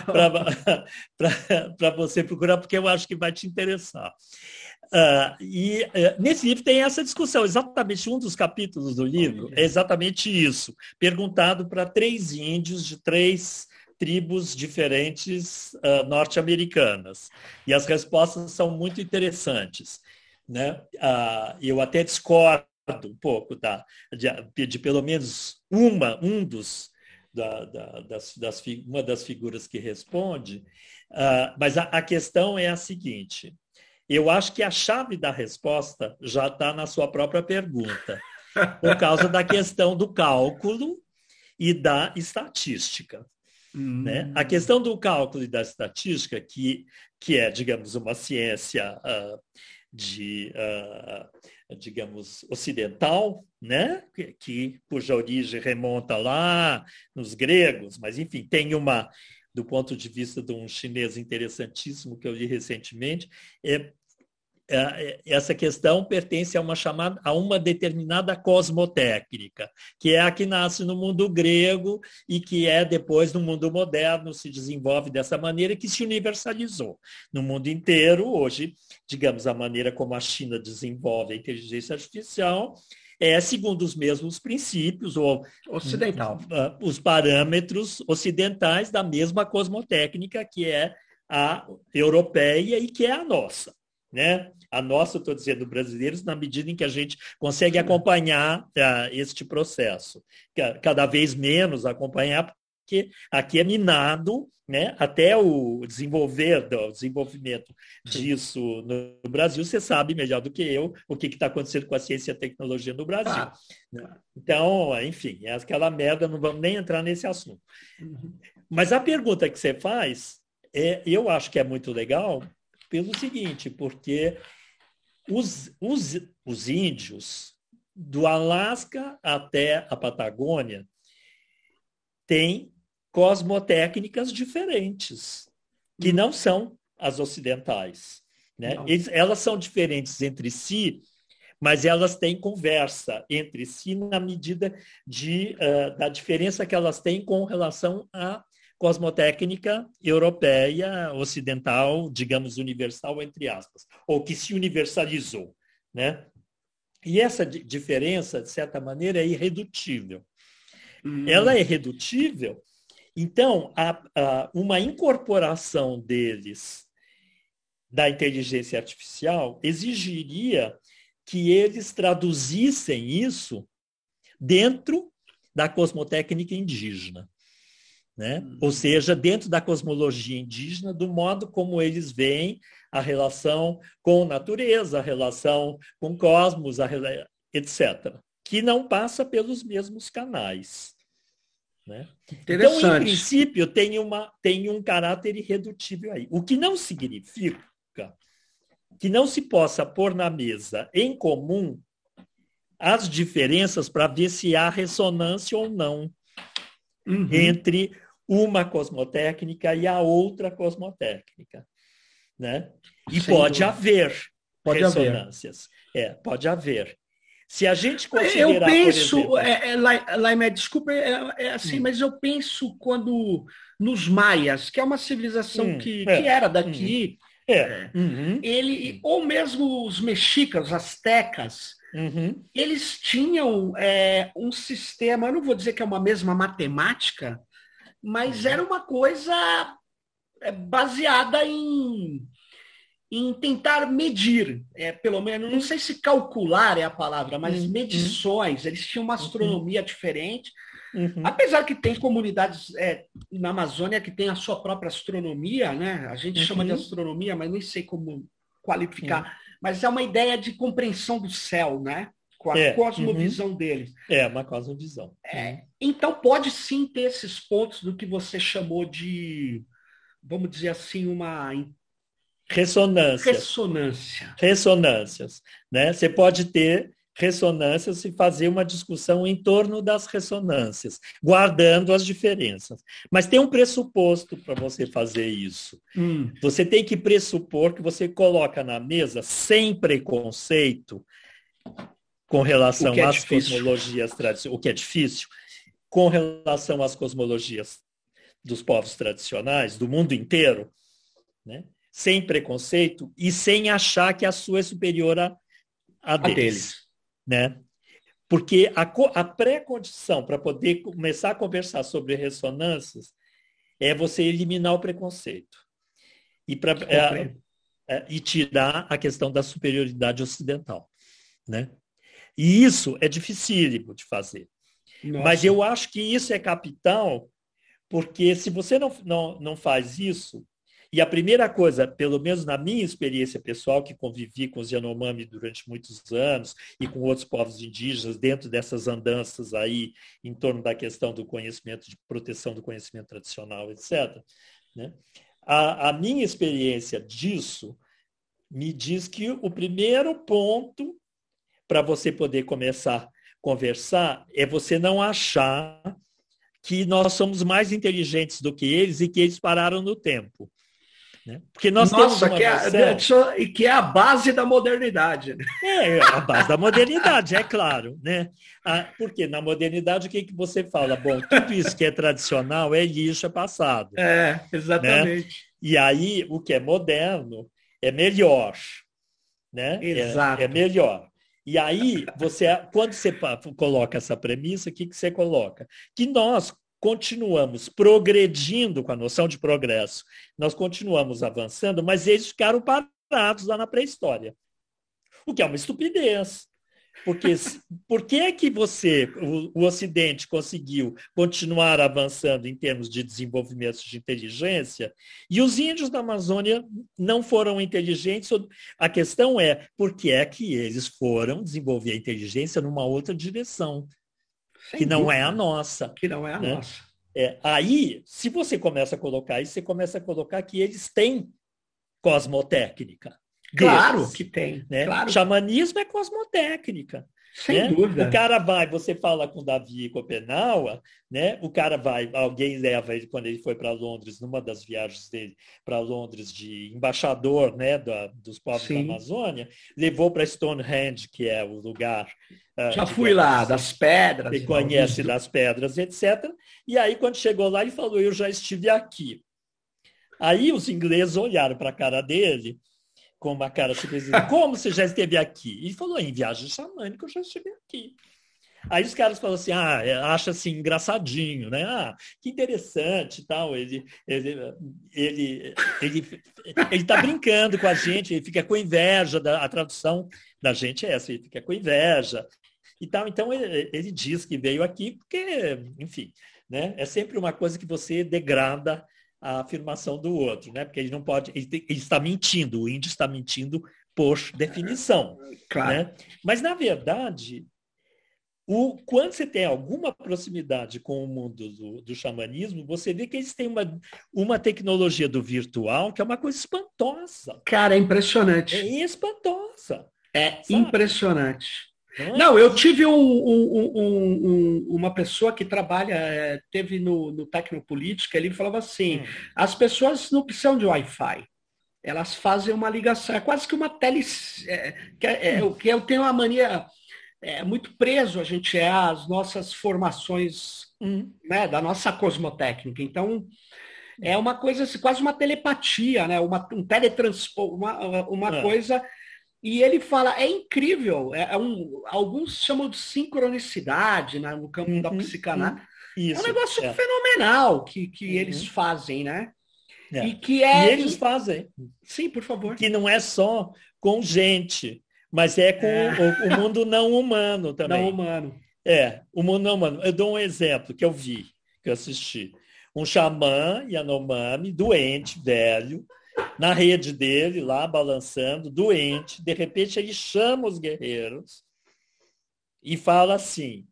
para você procurar, porque eu acho que vai te interessar. Uh, e uh, nesse livro tem essa discussão, exatamente um dos capítulos do livro é exatamente isso, perguntado para três índios de três tribos diferentes uh, norte-americanas. E as respostas são muito interessantes. Né? Uh, eu até discordo um pouco tá? de, de pelo menos uma, um dos da, da, das, das, uma das figuras que responde, uh, mas a, a questão é a seguinte, eu acho que a chave da resposta já está na sua própria pergunta, por causa da questão do cálculo e da estatística. Hum. Né? A questão do cálculo e da estatística, que, que é, digamos, uma ciência uh, de, uh, digamos, ocidental, né? que, que, cuja origem remonta lá nos gregos, mas, enfim, tem uma, do ponto de vista de um chinês interessantíssimo que eu li recentemente, é essa questão pertence a uma chamada a uma determinada cosmotécnica, que é a que nasce no mundo grego e que é depois no mundo moderno se desenvolve dessa maneira que se universalizou no mundo inteiro. Hoje, digamos, a maneira como a China desenvolve a inteligência artificial é segundo os mesmos princípios ou ocidental, os parâmetros ocidentais da mesma cosmotécnica que é a europeia e que é a nossa. Né? A nossa, estou dizendo brasileiros, na medida em que a gente consegue acompanhar uh, este processo. Cada vez menos acompanhar, porque aqui é minado, né? Até o desenvolver, o desenvolvimento Sim. disso no Brasil, você sabe melhor do que eu o que está acontecendo com a ciência e a tecnologia no Brasil. Ah. Né? Então, enfim, é aquela merda, não vamos nem entrar nesse assunto. Uhum. Mas a pergunta que você faz, é, eu acho que é muito legal, pelo seguinte, porque os, os, os índios, do Alasca até a Patagônia, têm cosmotécnicas diferentes, que não são as ocidentais. Né? Eles, elas são diferentes entre si, mas elas têm conversa entre si na medida de, uh, da diferença que elas têm com relação a cosmotécnica europeia, ocidental, digamos, universal, entre aspas, ou que se universalizou. Né? E essa diferença, de certa maneira, é irredutível. Hum. Ela é irredutível, então, a, a, uma incorporação deles da inteligência artificial exigiria que eles traduzissem isso dentro da cosmotécnica indígena. Né? Ou seja, dentro da cosmologia indígena, do modo como eles veem a relação com a natureza, a relação com o cosmos, a, etcétera, que não passa pelos mesmos canais. Né? Então, em princípio, tem, uma, tem um caráter irredutível aí. O que não significa que não se possa pôr na mesa em comum as diferenças para ver se há ressonância ou não uhum. entre uma cosmotécnica e a outra cosmotécnica. Né? E Sem pode dúvida. haver pode ressonâncias. Haver. É, pode haver. Se a gente considerar, eu penso, por exemplo... é, é, Laimé, desculpa, é, é assim, hum. mas eu penso quando nos maias, que é uma civilização hum, que, é, que era daqui, hum, é, uhum, ele, ou mesmo os mexicas, os astecas, uhum. eles tinham é, um sistema, eu não vou dizer que é uma mesma matemática, mas uhum. era uma coisa baseada em, em tentar medir, é, pelo menos, não sei se calcular é a palavra, mas uhum. medições. Eles tinham uma astronomia uhum. diferente, uhum. apesar que tem comunidades é, na Amazônia que tem a sua própria astronomia, né? A gente uhum. chama de astronomia, mas nem sei como qualificar. Uhum. Mas é uma ideia de compreensão do céu, né? Com a é, cosmovisão uhum. deles. É, uma cosmovisão. É, então, pode sim ter esses pontos do que você chamou de, vamos dizer assim, uma... Ressonância. Ressonância. Ressonâncias. Né? Você pode ter ressonâncias e fazer uma discussão em torno das ressonâncias, guardando as diferenças. Mas tem um pressuposto para você fazer isso. Hum. Você tem que pressupor que você coloca na mesa, sem preconceito, com relação é às difícil. cosmologias tradicionais, o que é difícil, com relação às cosmologias dos povos tradicionais, do mundo inteiro, né? Sem preconceito e sem achar que a sua é superior à, à deles. deles. Né? Porque a, a pré-condição para poder começar a conversar sobre ressonâncias é você eliminar o preconceito e, pra, é, é, e tirar a questão da superioridade ocidental. Né? E isso é dificílimo de fazer. Mas eu acho que isso é capital, porque se você não, não, não faz isso, e a primeira coisa, pelo menos na minha experiência pessoal, que convivi com os Yanomami durante muitos anos e com outros povos indígenas dentro dessas andanças aí em torno da questão do conhecimento, de proteção do conhecimento tradicional, etcétera, né? A, a minha experiência disso me diz que o primeiro ponto para você poder começar a conversar é você não achar que nós somos mais inteligentes do que eles e que eles pararam no tempo. Né? Porque nós Nossa, temos uma que noção... é, e que é a base da modernidade. É, a base da modernidade, é claro. Né? Ah, porque na modernidade, o que, que você fala? Bom, tudo isso que é tradicional é lixo, é passado. É, exatamente. Né? E aí, o que é moderno é melhor. Né? Exato. É, é melhor. E aí, você, quando você coloca essa premissa, o que, que você coloca? Que nós continuamos progredindo com a noção de progresso. Nós continuamos avançando, mas eles ficaram parados lá na pré-história. O que é uma estupidez. Porque por que é que você, o, o Ocidente, conseguiu continuar avançando em termos de desenvolvimento de inteligência e os índios da Amazônia não foram inteligentes? A questão é por que é que eles foram desenvolver a inteligência numa outra direção, Sem que não dúvida. é a nossa. Que não é a né? nossa. É, aí, se você começa a colocar isso, você começa a colocar que eles têm cosmotécnica. Claro deles, que tem. Né? Claro. Xamanismo é cosmotécnica. Sem né? dúvida. O cara vai, você fala com Davi Copenaua, né? O cara vai, alguém leva ele quando ele foi para Londres, numa das viagens dele para Londres de embaixador, né, da, dos povos Sim. da Amazônia, levou para Stonehenge, que é o lugar... Já uh, fui lá, assim, das pedras. Você conhece das pedras, etcétera. E aí, quando chegou lá, ele falou, eu já estive aqui. Aí os ingleses olharam para a cara dele com uma cara tipo assim, como você já esteve aqui? Ele falou, em viagem xamânica eu já estive aqui. Aí os caras falam assim, ah, acha assim engraçadinho, né? Ah, que interessante e tal. Ele ele ele ele ele tá brincando com a gente, ele fica com inveja da a tradução da gente é essa, ele fica com inveja e tal. Então ele, ele diz que veio aqui porque, enfim, né? É sempre uma coisa que você degrada a afirmação do outro, né? Porque ele não pode, ele, tem, ele está mentindo, o índio está mentindo por definição, claro. né? Mas na verdade, o, quando você tem alguma proximidade com o mundo do, do xamanismo, você vê que eles têm uma, uma tecnologia do virtual que é uma coisa espantosa. Cara, é impressionante. É espantosa. É sabe? Impressionante. Não, é? Não, eu tive um, um, um, um, uma pessoa que trabalha, é, teve no, no Tecnopolítica, ele falava assim, hum. as pessoas não precisam de Wi-Fi, elas fazem uma ligação, é quase que uma tele... É, que, é, hum. que eu tenho uma mania, é, muito preso a gente é às nossas formações, hum. né, da nossa cosmotécnica, então é uma coisa, assim, quase uma telepatia, né, uma, um teletransporte, uma, uma é. coisa... E ele fala, é incrível, é um, alguns chamam de sincronicidade, né, no campo uhum, da psicanálise. Isso, é um negócio é. fenomenal que, que uhum. eles fazem, né? É. E que é. E eles fazem. Sim, por favor. Que não é só com gente, mas é com é. O, o mundo não humano também. Não humano. É, o mundo não humano. Eu dou um exemplo que eu vi, que eu assisti. Um xamã Yanomami, doente, velho, na rede dele, lá balançando, doente, de repente ele chama os guerreiros e fala assim,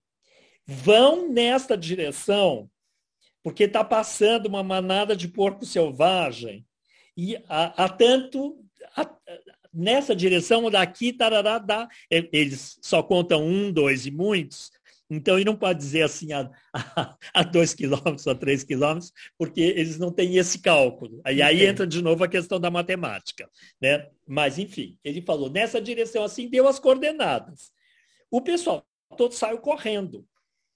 vão nesta direção, porque está passando uma manada de porco selvagem, e há, há tanto, há, nessa direção, daqui, tarará, dá, eles só contam um, dois e muitos, então, ele não pode dizer assim a, a, a dois quilômetros, a três quilômetros, porque eles não têm esse cálculo. Aí, aí entra de novo a questão da matemática. Né? Mas, enfim, ele falou, nessa direção assim, deu as coordenadas. O pessoal todo saiu correndo.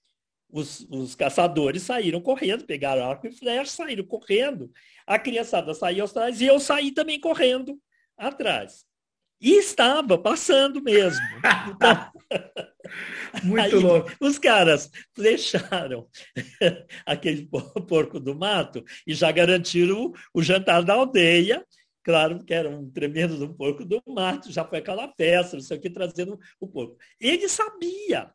Os, os caçadores saíram correndo, pegaram arco e flecha, saíram correndo. A criançada saiu atrás e eu saí também correndo atrás. E estava passando mesmo. Então, muito aí, louco. Os caras flecharam aquele porco do mato e já garantiram o, o jantar da aldeia. Claro que era um tremendo do porco do mato, já foi aquela festa, não sei o que, trazendo o porco. Ele sabia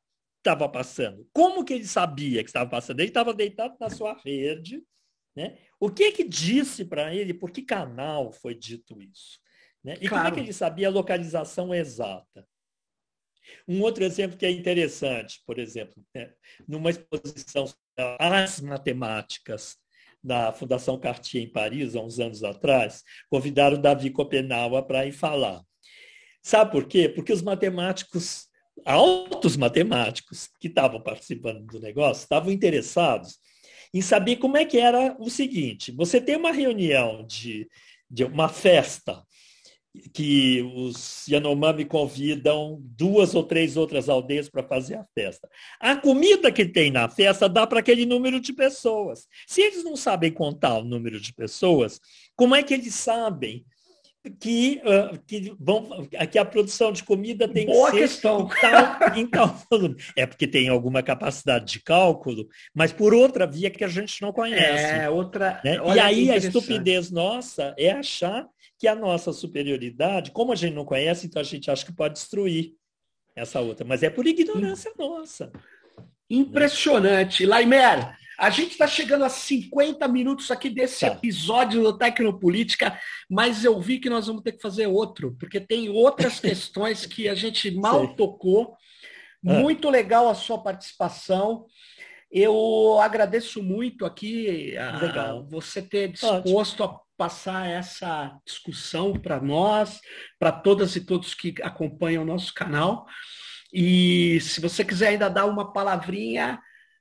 estava passando? Como que ele sabia que estava passando? Ele estava deitado na sua rede, né? O que que disse para ele? Por que canal foi dito isso? Né? E claro. Como é que ele sabia a localização exata? Um outro exemplo que é interessante, por exemplo, né? Numa exposição As Matemáticas da Fundação Cartier em Paris, há uns anos atrás, convidaram o Davi Copenaua para ir falar. Sabe por quê? Porque os matemáticos, altos matemáticos que estavam participando do negócio, estavam interessados em saber como é que era o seguinte: você tem uma reunião de, de uma festa que os Yanomami convidam duas ou três outras aldeias para fazer a festa. A comida que tem na festa dá para aquele número de pessoas. Se eles não sabem contar o número de pessoas, como é que eles sabem que, uh, que, vão, que a produção de comida tem Boa que ser questão. Em tal, em tal volume? É porque tem alguma capacidade de cálculo, mas por outra via que a gente não conhece. É, outra... Né? E aí a estupidez nossa é achar que a nossa superioridade, como a gente não conhece, então a gente acha que pode destruir essa outra. Mas é por ignorância nossa. Impressionante. Né? Laimer, a gente está chegando a cinquenta minutos aqui desse tá. episódio do Tecnopolítica, mas eu vi que nós vamos ter que fazer outro, porque tem outras questões que a gente mal Sei. tocou. Muito ah. legal a sua participação. Eu agradeço muito aqui a, a você ter disposto Ótimo. a passar essa discussão para nós, para todas e todos que acompanham o nosso canal. E se você quiser ainda dar uma palavrinha,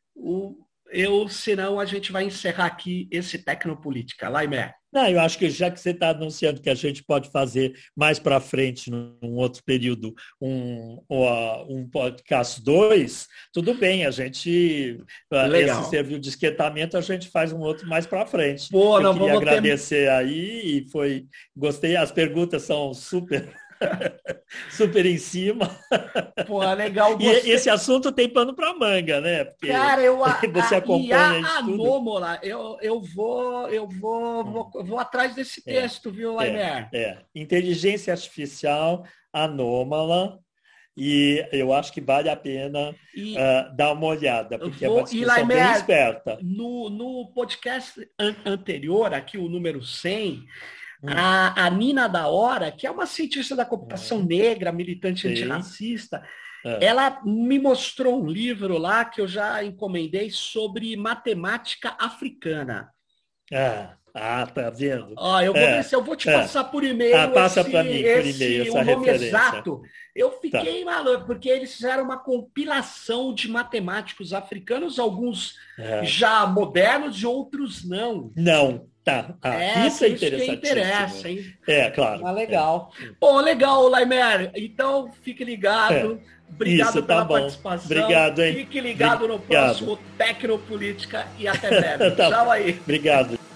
eu, senão a gente vai encerrar aqui esse Tecnopolítica. Laimer. Não, eu acho que já que você está anunciando que a gente pode fazer mais para frente, num outro período, um, um podcast dois, tudo bem, a gente, Legal. esse serviço de esquentamento, a gente faz um outro mais para frente. Pô, eu queria agradecer ter... aí e foi, gostei, as perguntas são super... super em cima. Pô, legal. Você... E esse assunto tem pano para manga, né? Porque Cara, eu você a, acompanha e a anômala, eu, eu vou, eu vou, hum. vou, vou atrás desse texto, é, viu, Laimer? É, é, inteligência artificial anômala. E eu acho que vale a pena e, uh, dar uma olhada, porque vou, é uma discussão Laimer, bem esperta. No, no podcast an- anterior, aqui o número cem, A, a Nina da Hora, que é uma cientista da computação uhum. negra, militante Sim. antirracista, é. ela me mostrou um livro lá que eu já encomendei sobre matemática africana. Ah, ah tá vendo? Ó, eu vou é. ver se eu vou te é. passar por e-mail. Ah, passa esse, para mim por esse, e-mail essa o nome referência. exato. Eu fiquei tá. maluco, porque eles fizeram uma compilação de matemáticos africanos, alguns é. já modernos e outros não. Não. Tá, ah, é, isso é interessante. Isso que interessa, hein? É, claro. Ah, legal. É. Bom, legal, Laimer. Então, fique ligado. É. Obrigado isso, pela tá bom. participação. Obrigado, hein? Fique ligado Obrigado. no próximo Tecnopolítica e até breve. tá Tchau aí. Obrigado.